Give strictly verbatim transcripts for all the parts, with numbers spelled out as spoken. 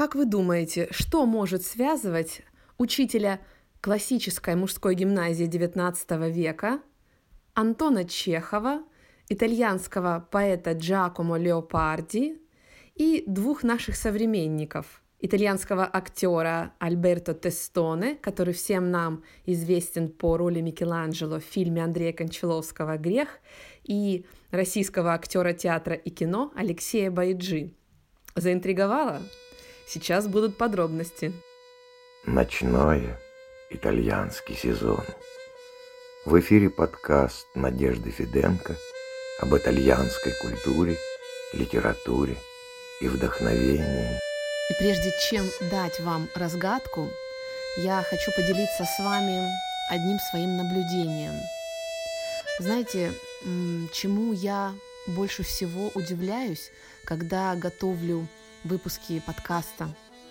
Как вы думаете, что может связывать учителя классической мужской гимназии девятнадцатого века, Антона Чехова, итальянского поэта Джакомо Леопарди и двух наших современников, итальянского актера Альберто Тестоне, который всем нам известен по роли Микеланджело в фильме Андрея Кончаловского «Грех», и российского актера театра и кино Алексея Байджи? Заинтриговала? Сейчас будут подробности. Ночной итальянский сезон. В эфире подкаст Надежды Фиденко об итальянской культуре, литературе и вдохновении. И прежде чем дать вам разгадку, я хочу поделиться с вами одним своим наблюдением. Знаете, чему я больше всего удивляюсь, когда готовлю выпуски подкаста?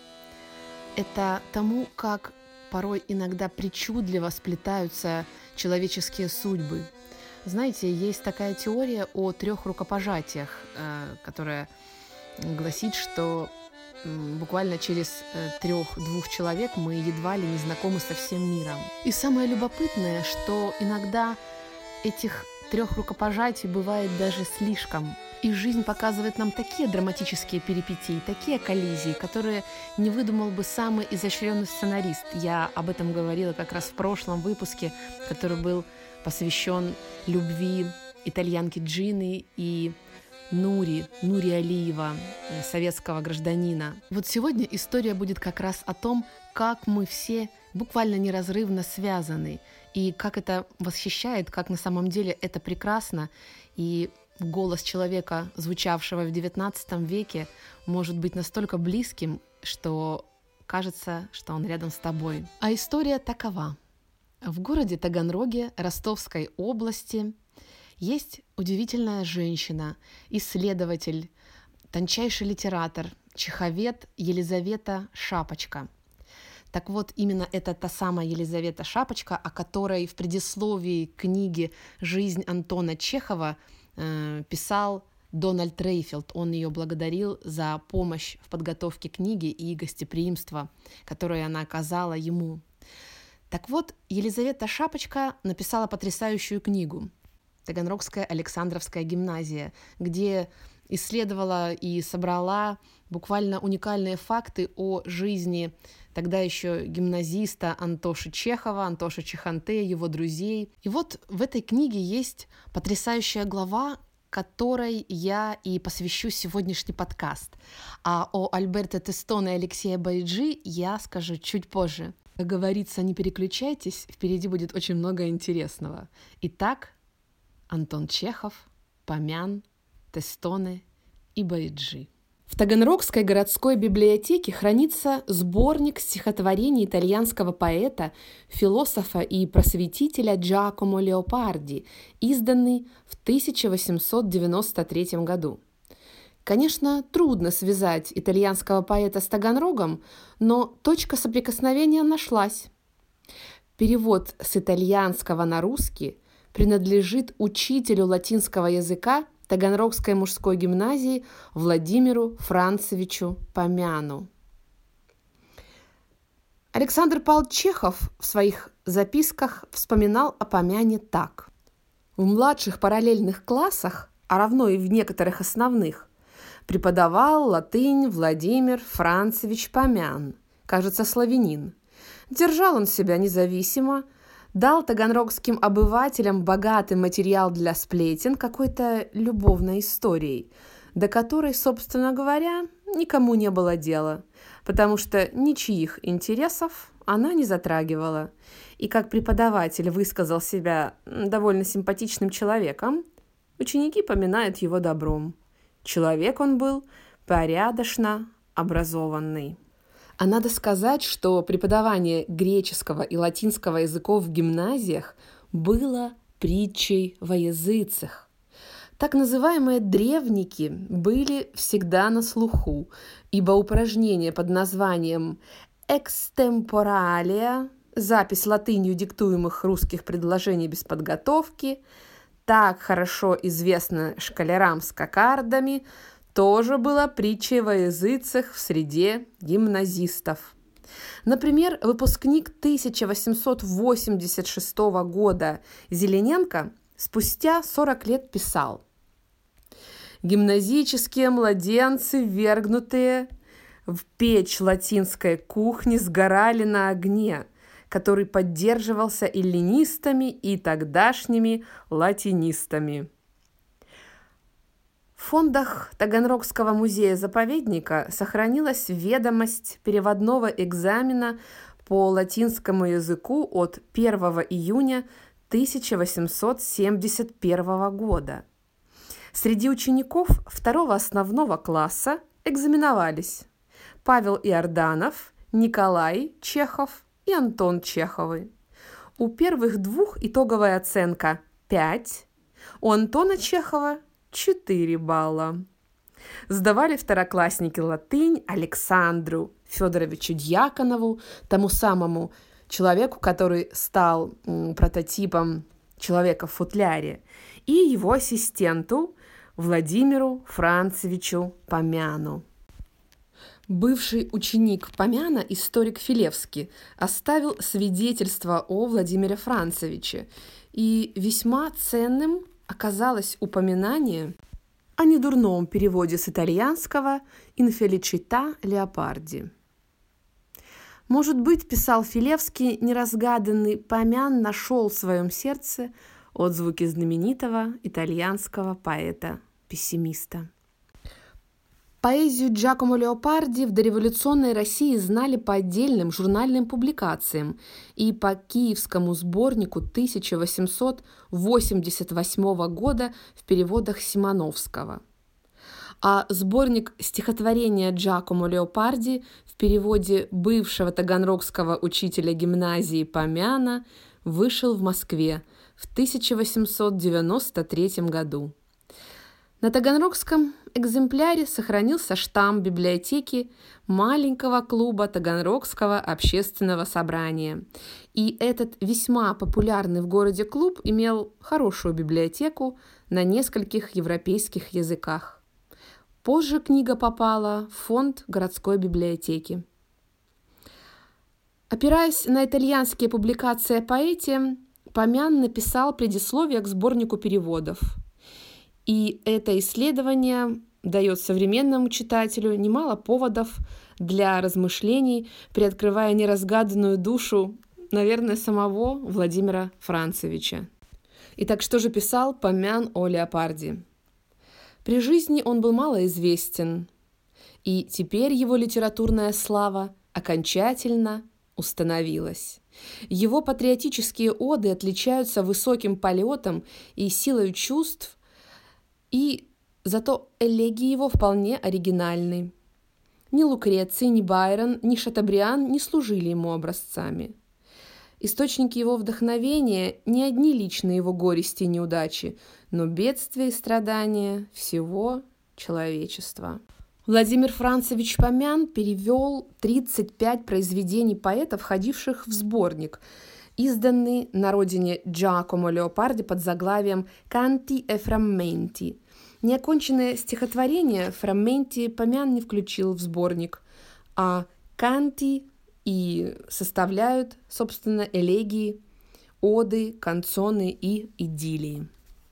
Это тому, как порой иногда причудливо сплетаются человеческие судьбы. Знаете, есть такая теория о трех рукопожатиях, которая гласит, что буквально через трех-двух человек мы едва ли не знакомы со всем миром. И самое любопытное, что иногда этих трех рукопожатий бывает даже слишком. И жизнь показывает нам такие драматические перипетии, такие коллизии, которые не выдумал бы самый изощренный сценарист. Я об этом говорила как раз в прошлом выпуске, который был посвящен любви итальянки Джины и Нури, Нури Алиева, советского гражданина. Вот сегодня история будет как раз о том, как мы все буквально неразрывно связаны, и как это восхищает, как на самом деле это прекрасно, и голос человека, звучавшего в девятнадцатом веке, может быть настолько близким, что кажется, что он рядом с тобой. А история такова. В городе Таганроге Ростовской области есть удивительная женщина, исследователь, тончайший литератор, чеховед Елизавета Шапочка. Так вот, именно это та самая Елизавета Шапочка, о которой в предисловии книги «Жизнь Антона Чехова» э, писал Дональд Рейфелд. Он ее благодарил за помощь в подготовке книги и гостеприимство, которое она оказала ему. Так вот, Елизавета Шапочка написала потрясающую книгу «Таганрогская Александровская гимназия», где исследовала и собрала буквально уникальные факты о жизни тогда еще гимназиста Антоши Чехова, Антоши Чеханте, его друзей. И вот в этой книге есть потрясающая глава, которой я и посвящу сегодняшний подкаст. А о Альберто Тестоне и Алексея Байджи я скажу чуть позже. Как говорится, не переключайтесь, впереди будет очень много интересного. Итак, Антон Чехов, Помян, Тестоне и Байджи. В Таганрогской городской библиотеке хранится сборник стихотворений итальянского поэта, философа и просветителя Джакомо Леопарди, изданный в тысяча восемьсот девяносто третьем году. Конечно, трудно связать итальянского поэта с Таганрогом, но точка соприкосновения нашлась. Перевод с итальянского на русский принадлежит учителю латинского языка Таганрогской мужской гимназии Владимиру Францевичу Помяну. Александр Павлович Чехов в своих записках вспоминал о Помяне так. В младших параллельных классах, а равно и в некоторых основных, преподавал латынь Владимир Францевич Помян, кажется, славянин. Держал он себя независимо, дал таганрогским обывателям богатый материал для сплетен какой-то любовной историей, до которой, собственно говоря, никому не было дела, потому что ничьих интересов она не затрагивала. И как преподаватель высказал себя довольно симпатичным человеком, ученики поминают его добром. Человек он был порядочно образованный. А надо сказать, что преподавание греческого и латинского языков в гимназиях было притчей во языцах. Так называемые древники были всегда на слуху, ибо упражнение под названием «экстемпоралия», запись латынью диктуемых русских предложений без подготовки, так хорошо известно школярам с кокардами, тоже была притчей во языцах в среде гимназистов. Например, выпускник тысяча восемьсот восемьдесят шестого года Зелененко спустя сорок лет писал: «Гимназические младенцы, ввергнутые в печь латинской кухни, сгорали на огне, который поддерживался эллинистами и тогдашними латинистами». В фондах Таганрогского музея-заповедника сохранилась ведомость переводного экзамена по латинскому языку от первого июня тысяча восемьсот семьдесят первого года. Среди учеников второго основного класса экзаменовались Павел Иорданов, Николай Чехов и Антон Чеховы. У первых двух итоговая оценка пять, у Антона Чехова четыре балла. Сдавали второклассники латынь Александру Федоровичу Дьяконову, тому самому человеку, который стал м, прототипом человека в футляре, и его ассистенту Владимиру Францевичу Помяну. Бывший ученик Помяна, историк Филевский, оставил свидетельство о Владимире Францевиче, и весьма ценным оказалось упоминание о недурном переводе с итальянского «Инфеличита Леопарди». Может быть, писал Филевский, неразгаданный Помян нашел в своем сердце отзвуки знаменитого итальянского поэта-пессимиста. Поэзию Джакомо Леопарди в дореволюционной России знали по отдельным журнальным публикациям и по киевскому сборнику тысяча восемьсот восемьдесят восьмого года в переводах Симоновского. А сборник стихотворения Джакомо Леопарди в переводе бывшего таганрогского учителя гимназии Помяна вышел в Москве в тысяча восемьсот девяносто третьем году. На таганрогском экземпляре сохранился штамп библиотеки маленького клуба Таганрогского общественного собрания. И этот весьма популярный в городе клуб имел хорошую библиотеку на нескольких европейских языках. Позже книга попала в фонд городской библиотеки. Опираясь на итальянские публикации о поэте, Помян написал предисловие к сборнику переводов. И это исследование дает современному читателю немало поводов для размышлений, приоткрывая неразгаданную душу, наверное, самого Владимира Францевича. Итак, что же писал Помян о Леопарди? При жизни он был малоизвестен, и теперь его литературная слава окончательно установилась. Его патриотические оды отличаются высоким полетом и силой чувств, и зато элегии его вполне оригинальны. Ни Лукреций, ни Байрон, ни Шатобриан не служили ему образцами. Источники его вдохновения не одни личные его горести и неудачи, но бедствия и страдания всего человечества. Владимир Францевич Помян перевел тридцать пять произведений поэта, входивших в сборник, изданный на родине Джакомо Леопарди под заглавием «Canti e frammenti». Неоконченное стихотворение «Фрамменти» Помян не включил в сборник, а «Канти» и составляют, собственно, элегии, оды, канцоны и идиллии.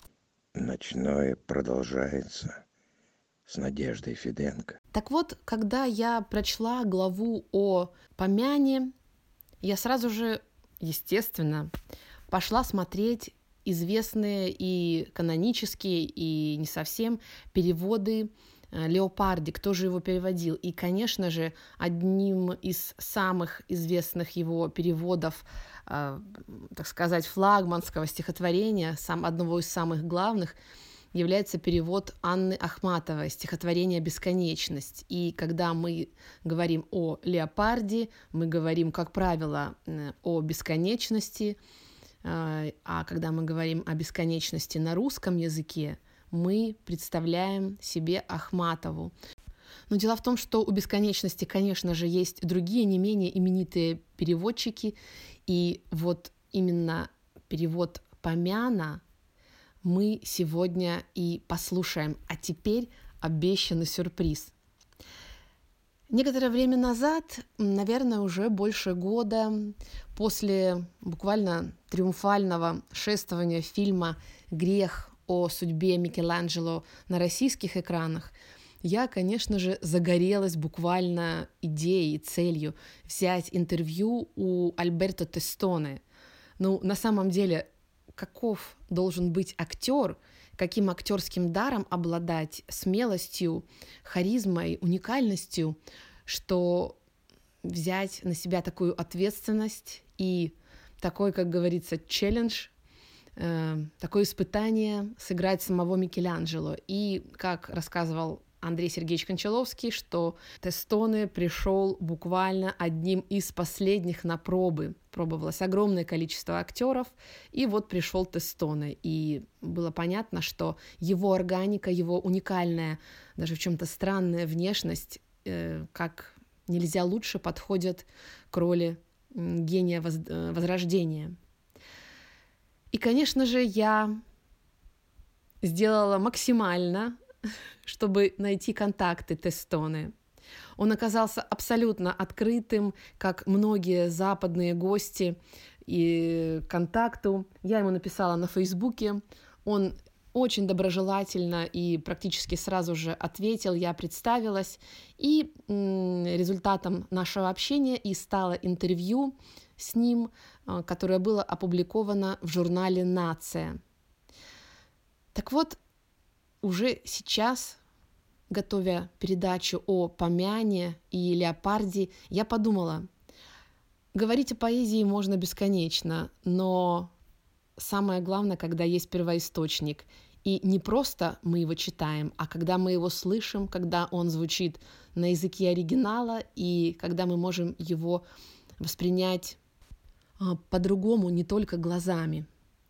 Ночное продолжается с Надеждой Фиденко. Так вот, когда я прочла главу о Помяне, я сразу же, естественно, пошла смотреть известные и канонические, и не совсем переводы Леопарди, кто же его переводил. И, конечно же, одним из самых известных его переводов, э, так сказать, флагманского стихотворения, сам, одного из самых главных, является перевод Анны Ахматовой, стихотворение «Бесконечность». И когда мы говорим о Леопарди, мы говорим, как правило, о бесконечности, а когда мы говорим о бесконечности на русском языке, мы представляем себе Ахматову. Но дело в том, что у бесконечности, конечно же, есть другие не менее именитые переводчики, и вот именно перевод Помяна мы сегодня и послушаем. А теперь обещанный сюрприз. Некоторое время назад, наверное, уже больше года, после буквально триумфального шествования фильма «Грех» о судьбе Микеланджело на российских экранах, я, конечно же, загорелась буквально идеей и целью взять интервью у Альберто Тестоне. Ну, на самом деле, каков должен быть актер, каким актерским даром обладать, смелостью, харизмой, уникальностью, что взять на себя такую ответственность и такой, как говорится, челлендж, э, такое испытание сыграть самого Микеланджело. И, как рассказывал Андрей Сергеевич Кончаловский, что Тестоне пришел буквально одним из последних на пробы. Пробовалось огромное количество актеров, и вот пришел Тестоне. И было понятно, что его органика, его уникальная, даже в чем-то странная внешность, э, как нельзя лучше подходит к роли гения воз... Возрождения. И, конечно же, я сделала максимально, чтобы найти контакты Тестоне. Он оказался абсолютно открытым, как многие западные гости, и к контакту. Я ему написала на Фейсбуке, он очень доброжелательно и практически сразу же ответил, я представилась, и м, результатом нашего общения и стало интервью с ним, которое было опубликовано в журнале «Нация». Так вот, уже сейчас, готовя передачу о Помяне и Леопарди, я подумала, говорить о поэзии можно бесконечно, но самое главное, когда есть первоисточник. И не просто мы его читаем, а когда мы его слышим, когда он звучит на языке оригинала, и когда мы можем его воспринять а, по-другому, не только глазами.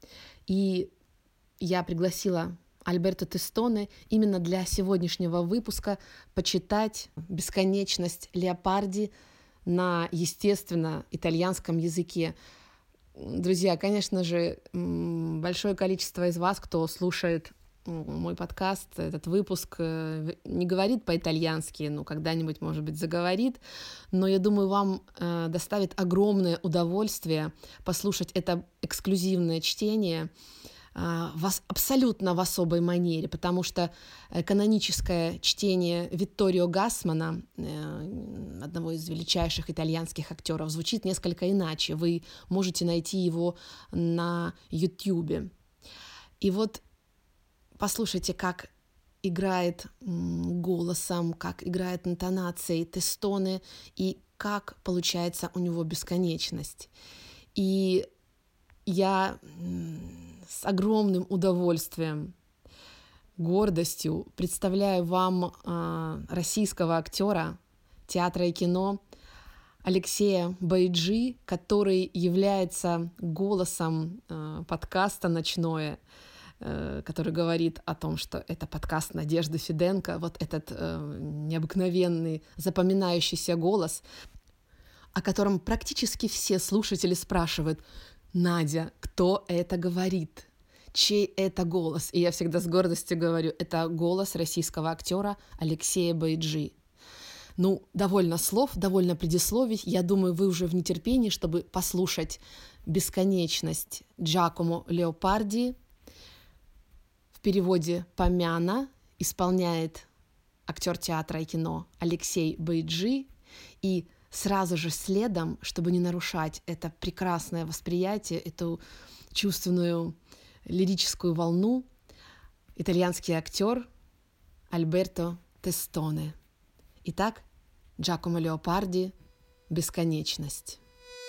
И я пригласила Альберто Тестоне именно для сегодняшнего выпуска почитать «Бесконечность Леопарди» на, естественно, итальянском языке. Друзья, конечно же, большое количество из вас, кто слушает мой подкаст, этот выпуск, не говорит по-итальянски, ну, когда-нибудь, может быть, заговорит, но я думаю, вам доставит огромное удовольствие послушать это эксклюзивное чтение в, абсолютно в особой манере, потому что каноническое чтение Витторио Гассмана, одного из величайших итальянских актеров, звучит несколько иначе. Вы можете найти его на Ютьюбе. И вот послушайте, как играет голосом, как играет интонацией Тестоне и как получается у него бесконечность. И я с огромным удовольствием, гордостью представляю вам э, российского актера театра и кино Алексея Байджи, который является голосом э, подкаста «Ночное», э, который говорит о том, что это подкаст Надежды Фиденко, вот этот э, необыкновенный, запоминающийся голос, о котором практически все слушатели спрашивают: «Надя, кто это говорит? Чей это голос?» И я всегда с гордостью говорю, это голос российского актера Алексея Байджи. Ну, довольно слов, довольно предисловий. Я думаю, вы уже в нетерпении, чтобы послушать «Бесконечность» Джакомо Леопарди. В переводе «Помяна» исполняет актер театра и кино Алексей Байджи. И сразу же следом, чтобы не нарушать это прекрасное восприятие, эту чувственную лирическую волну, итальянский актер Альберто Тестоне. Итак, Джакомо Леопарди «Бесконечность».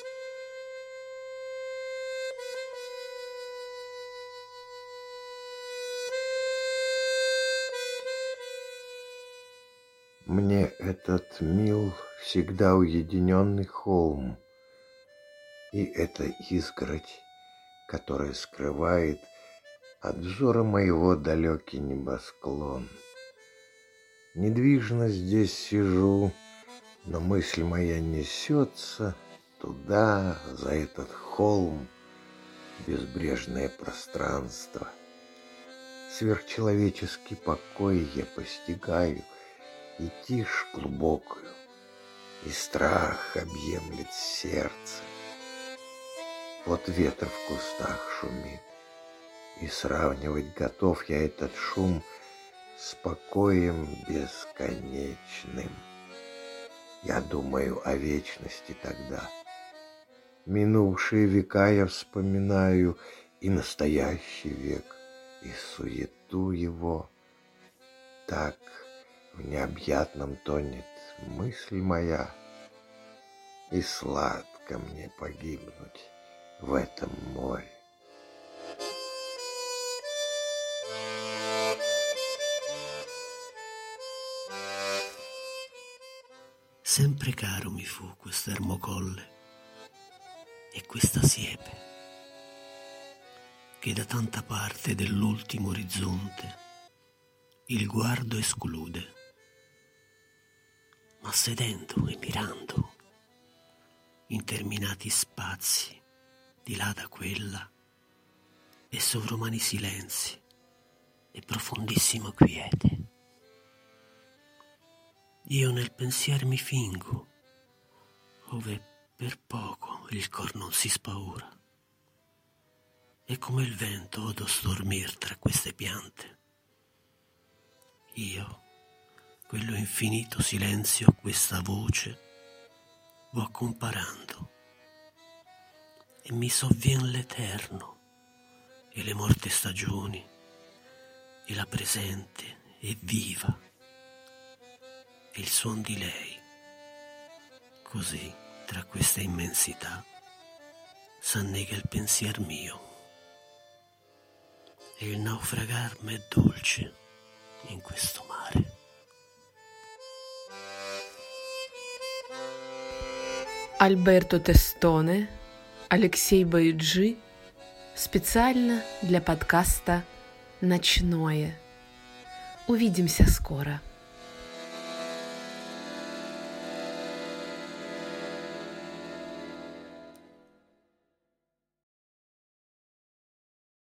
Мне этот мил всегда уединенный холм, и эта изгородь, которая скрывает от взора моего далекий небосклон. Недвижно здесь сижу, но мысль моя несется туда, за этот холм, безбрежное пространство. Сверхчеловеческий покой я постигаю, и тишь глубокую, и страх объемлет сердце. Вот ветер в кустах шумит, и сравнивать готов я этот шум с покоем бесконечным. Я думаю о вечности тогда. Минувшие века я вспоминаю, и настоящий век, и суету его. Так в необъятном тонет мысль моя, и сладко мне погибнуть в этом море. Sempre caro mi fu quest'ermo colle e questa siepe che da tanta parte dell'ultimo orizzonte il guardo esclude, ma sedendo e mirando interminati spazi di là da quella e sovrumani silenzi e profondissima quiete. Io nel pensier mi fingo, ove per poco il cor non si spaura, e come il vento odo stormir tra queste piante. Io, quello infinito silenzio, questa voce, vo comparando, e mi sovvien l'eterno, e le morte stagioni, e la presente e viva, e il suon di lei. Così, tra questa immensità, s'annega il pensier mio, e il naufragar m'è dolce in questo mare. Альберто Тестоне, Алексей Байджи, специально для подкаста «Ночное». Увидимся скоро.